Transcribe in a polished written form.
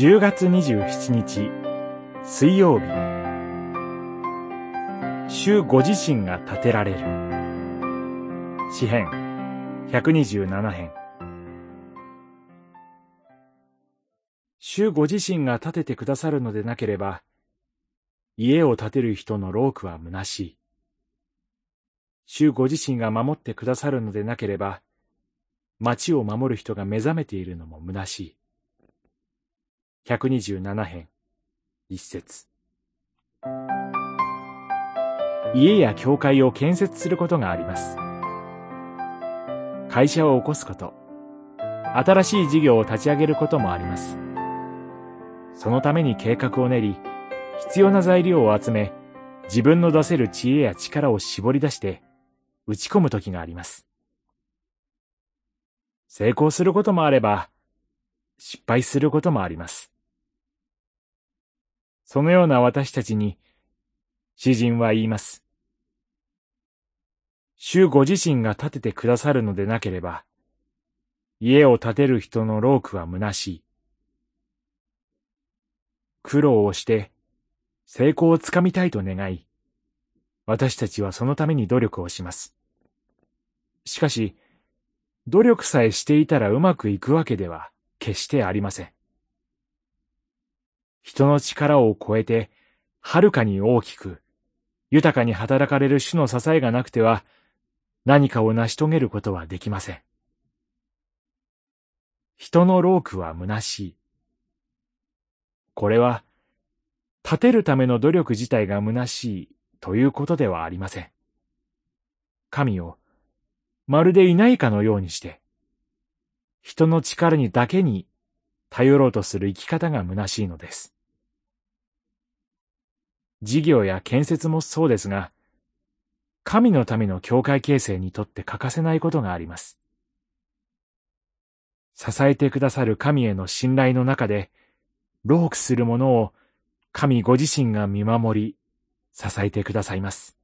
10月27日水曜日、主ご自身が立てられる。詩編127編。主ご自身が建ててくださるのでなければ、家を建てる人の労苦は虚しい。主ご自身が守ってくださるのでなければ、町を守る人が目覚めているのも虚しい。127編一節。家や教会を建設することがあります。会社を起こすこと、新しい事業を立ち上げることもあります。そのために計画を練り、必要な材料を集め、自分の出せる知恵や力を絞り出して打ち込む時があります。成功することもあれば、失敗することもあります。そのような私たちに、詩人は言います。主ご自身が建ててくださるのでなければ、家を建てる人の労苦は虚しい。苦労をして、成功をつかみたいと願い、私たちはそのために努力をします。しかし、努力さえしていたらうまくいくわけでは決してありません。人の力を超えて、はるかに大きく、豊かに働かれる主の支えがなくては、何かを成し遂げることはできません。人の労苦は虚しい。これは、立てるための努力自体が虚しいということではありません。神を、まるでいないかのようにして、人の力にだけに頼ろうとする生き方が虚しいのです。事業や建設もそうですが、神のための教会形成にとって欠かせないことがあります。支えてくださる神への信頼の中で、労苦する者を神ご自身が見守り、支えてくださいます。